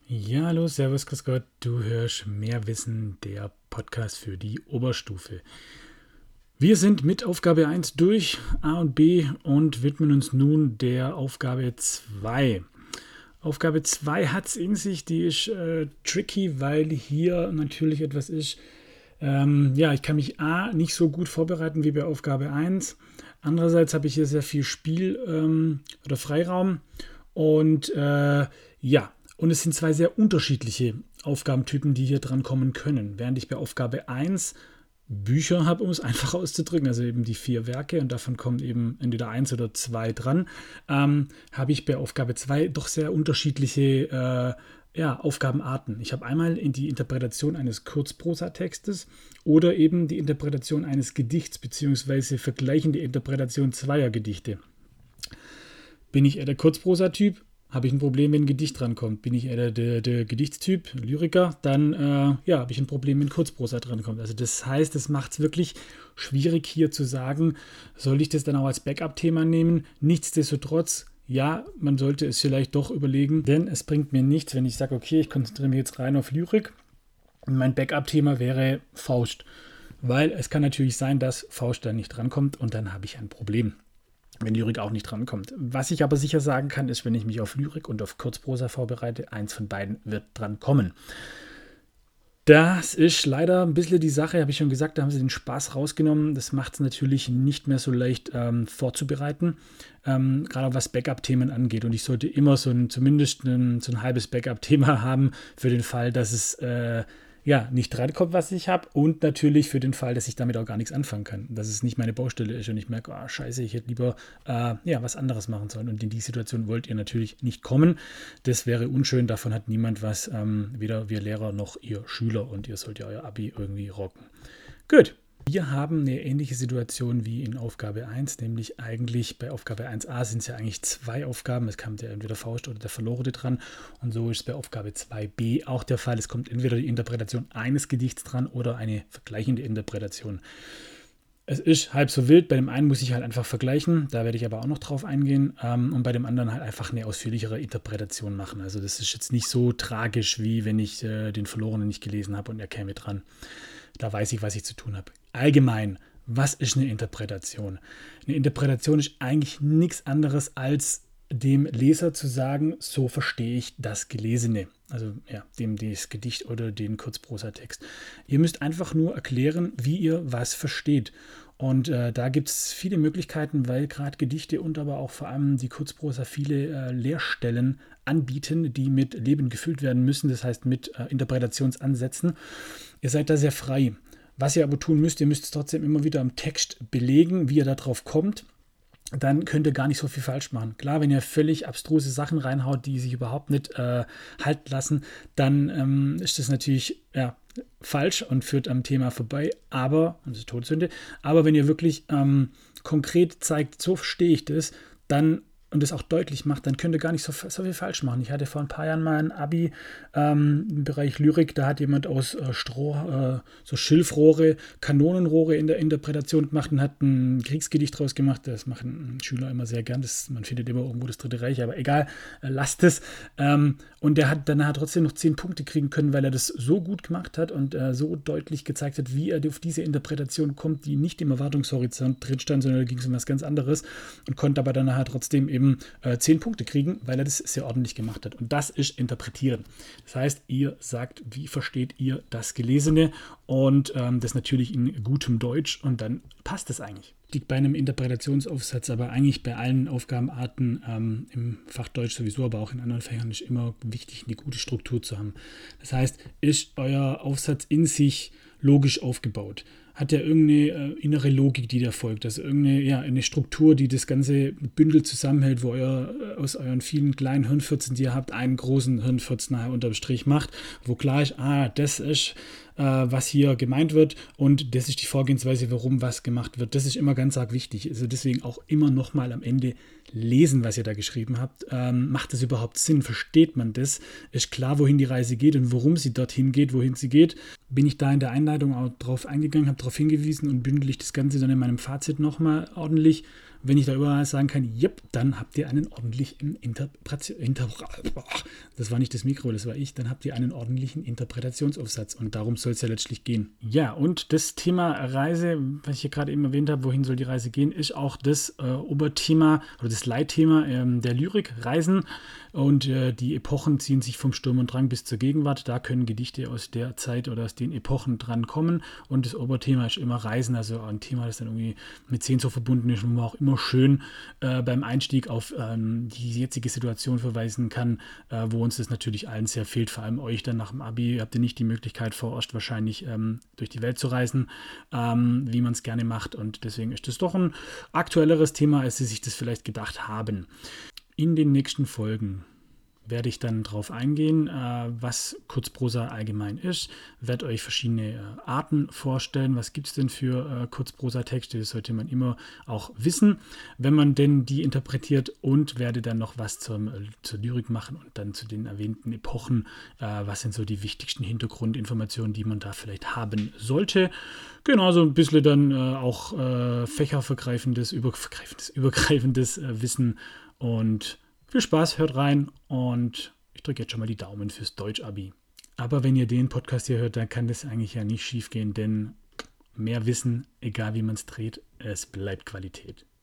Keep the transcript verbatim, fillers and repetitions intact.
Ja, hallo, servus, grüß Gott. Du hörst Mehr Wissen, der Podcast für die Oberstufe. Wir sind mit Aufgabe eins durch, A und B, und widmen uns nun der Aufgabe zwei. Aufgabe zwei hat es in sich, die ist äh, tricky, weil hier natürlich etwas ist. Ähm, ja, ich kann mich A nicht so gut vorbereiten wie bei Aufgabe eins. Andererseits habe ich hier sehr viel Spiel ähm, oder Freiraum und äh, ja, und es sind zwei sehr unterschiedliche Aufgabentypen, die hier dran kommen können. Während ich bei Aufgabe eins Bücher habe, um es einfach auszudrücken, also eben die vier Werke und davon kommen eben entweder eins oder zwei dran, ähm, habe ich bei Aufgabe zwei doch sehr unterschiedliche äh, ja, Aufgabenarten. Ich habe einmal in die Interpretation eines Kurzprosatextes oder eben die Interpretation eines Gedichts beziehungsweise vergleichende Interpretation zweier Gedichte. Bin ich eher der Kurzprosa-Typ, habe ich ein Problem, wenn ein Gedicht drankommt. Bin ich eher der, der, der Gedichtstyp, Lyriker, dann äh, ja, habe ich ein Problem, wenn Kurzprosa drankommt. Also das heißt, es macht es wirklich schwierig hier zu sagen, soll ich das dann auch als Backup-Thema nehmen? Nichtsdestotrotz, ja, man sollte es vielleicht doch überlegen, denn es bringt mir nichts, wenn ich sage, okay, ich konzentriere mich jetzt rein auf Lyrik und mein Backup-Thema wäre Faust. Weil es kann natürlich sein, dass Faust dann nicht drankommt und dann habe ich ein Problem, wenn Lyrik auch nicht drankommt. Was ich aber sicher sagen kann, ist, wenn ich mich auf Lyrik und auf Kurzprosa vorbereite, eins von beiden wird dran kommen. Das ist leider ein bisschen die Sache, habe ich schon gesagt, da haben sie den Spaß rausgenommen. Das macht es natürlich nicht mehr so leicht ähm, vorzubereiten, ähm, gerade was Backup-Themen angeht. Und ich sollte immer so ein, zumindest ein, so ein halbes Backup-Thema haben für den Fall, dass es äh, ja, nicht drankommt, was ich habe, und natürlich für den Fall, dass ich damit auch gar nichts anfangen kann, dass es nicht meine Baustelle ist und ich merke, oh, scheiße, ich hätte lieber äh, ja, was anderes machen sollen, und in die Situation wollt ihr natürlich nicht kommen. Das wäre unschön, davon hat niemand was, ähm, weder wir Lehrer noch ihr Schüler, und ihr sollt ja euer Abi irgendwie rocken. Gut. Wir haben eine ähnliche Situation wie in Aufgabe eins, nämlich eigentlich bei Aufgabe eins a sind es ja eigentlich zwei Aufgaben. Es kommt ja entweder Faust oder der Verlorene dran, und so ist es bei Aufgabe zwei b auch der Fall. Es kommt entweder die Interpretation eines Gedichts dran oder eine vergleichende Interpretation. Es ist halb so wild, bei dem einen muss ich halt einfach vergleichen, da werde ich aber auch noch drauf eingehen, ähm, und bei dem anderen halt einfach eine ausführlichere Interpretation machen. Also das ist jetzt nicht so tragisch, wie wenn ich äh, den Verlorenen nicht gelesen habe und er käme dran. Da weiß ich, was ich zu tun habe. Allgemein, was ist eine Interpretation? Eine Interpretation ist eigentlich nichts anderes als dem Leser zu sagen, so verstehe ich das Gelesene. Also ja, dem das Gedicht oder den Kurzprosatext. Ihr müsst einfach nur erklären, wie ihr was versteht. Und äh, da gibt es viele Möglichkeiten, weil gerade Gedichte und aber auch vor allem die Kurzprosa viele äh, Leerstellen anbieten, die mit Leben gefüllt werden müssen, das heißt mit äh, Interpretationsansätzen. Ihr seid da sehr frei. Was ihr aber tun müsst, ihr müsst es trotzdem immer wieder im Text belegen, wie ihr da drauf kommt. Dann könnt ihr gar nicht so viel falsch machen. Klar, wenn ihr völlig abstruse Sachen reinhaut, die sich überhaupt nicht äh, halten lassen, dann ähm, ist das natürlich ja, falsch und führt am Thema vorbei. Aber, und das ist Todsünde, aber wenn ihr wirklich ähm, konkret zeigt, so verstehe ich das, dann und das auch deutlich macht, dann könnt ihr gar nicht so, so viel falsch machen. Ich hatte vor ein paar Jahren mal ein Abi ähm, im Bereich Lyrik, da hat jemand aus äh, Stroh, äh, so Schilfrohre, Kanonenrohre in der Interpretation gemacht und hat ein Kriegsgedicht draus gemacht. Das machen Schüler immer sehr gern. Das, man findet immer irgendwo das Dritte Reich, aber egal, äh, lasst es. Ähm, und der hat danach trotzdem noch zehn Punkte kriegen können, weil er das so gut gemacht hat und äh, so deutlich gezeigt hat, wie er auf diese Interpretation kommt, die nicht im Erwartungshorizont drin stand, sondern da ging es um was ganz anderes, und konnte aber danach trotzdem eben eben äh, zehn Punkte kriegen, weil er das sehr ordentlich gemacht hat. Und das ist Interpretieren. Das heißt, ihr sagt, wie versteht ihr das Gelesene, und ähm, das natürlich in gutem Deutsch, und dann passt es eigentlich. Liegt bei einem Interpretationsaufsatz, aber eigentlich bei allen Aufgabenarten ähm, im Fach Deutsch sowieso, aber auch in anderen Fächern ist immer wichtig, eine gute Struktur zu haben. Das heißt, ist euer Aufsatz in sich logisch aufgebaut? Hat er irgendeine äh, innere Logik, die da folgt? Also irgendeine ja, eine Struktur, die das ganze Bündel zusammenhält, wo ihr äh, aus euren vielen kleinen Hirnfurzen, die ihr habt, einen großen Hirnfurz nachher unterm Strich macht, wo klar ist, ah, das ist, äh, was hier gemeint wird, und das ist die Vorgehensweise, warum was gemacht wird. Das ist immer ganz arg wichtig. Also deswegen auch immer nochmal am Ende lesen, was ihr da geschrieben habt. Ähm, macht das überhaupt Sinn? Versteht man das? Ist klar, wohin die Reise geht und warum sie dorthin geht, wohin sie geht? Bin ich da in der Einleitung auch drauf eingegangen, habe darauf hingewiesen und bündel ich das Ganze dann in meinem Fazit nochmal ordentlich. Wenn ich da überall sagen kann, yep, dann habt ihr einen ordentlichen Interpretation, Inter, das war nicht das Mikro, das war ich, dann habt ihr einen ordentlichen Interpretationsaufsatz und darum soll es ja letztlich gehen. Ja, und das Thema Reise, was ich hier gerade eben erwähnt habe, wohin soll die Reise gehen, ist auch das äh, Oberthema oder das Leitthema ähm, der Lyrik, Reisen. Und äh, die Epochen ziehen sich vom Sturm und Drang bis zur Gegenwart. Da können Gedichte aus der Zeit oder aus den Epochen dran kommen. Und das Oberthema ist immer Reisen, also ein Thema, das dann irgendwie mit Sehnsucht verbunden ist, wo man auch immer schön äh, beim Einstieg auf ähm, die jetzige Situation verweisen kann, äh, wo uns das natürlich allen sehr fehlt, vor allem euch dann nach dem Abi. Habt ihr nicht die Möglichkeit, vor Ort wahrscheinlich ähm, durch die Welt zu reisen, ähm, wie man es gerne macht. Und deswegen ist das doch ein aktuelleres Thema, als sie sich das vielleicht gedacht haben. In den nächsten Folgen werde ich dann darauf eingehen, was Kurzprosa allgemein ist, werde euch verschiedene Arten vorstellen, was gibt es denn für Kurzprosa-Texte, das sollte man immer auch wissen, wenn man denn die interpretiert, und werde dann noch was zum, zur Lyrik machen und dann zu den erwähnten Epochen, was sind so die wichtigsten Hintergrundinformationen, die man da vielleicht haben sollte. Genau, so ein bisschen dann auch fächervergreifendes, übergreifendes, übergreifendes Wissen. Und viel Spaß, hört rein, und ich drücke jetzt schon mal die Daumen fürs Deutsch-Abi. Aber wenn ihr den Podcast hier hört, dann kann das eigentlich ja nicht schief gehen, denn mehr Wissen, egal wie man es dreht, es bleibt Qualität.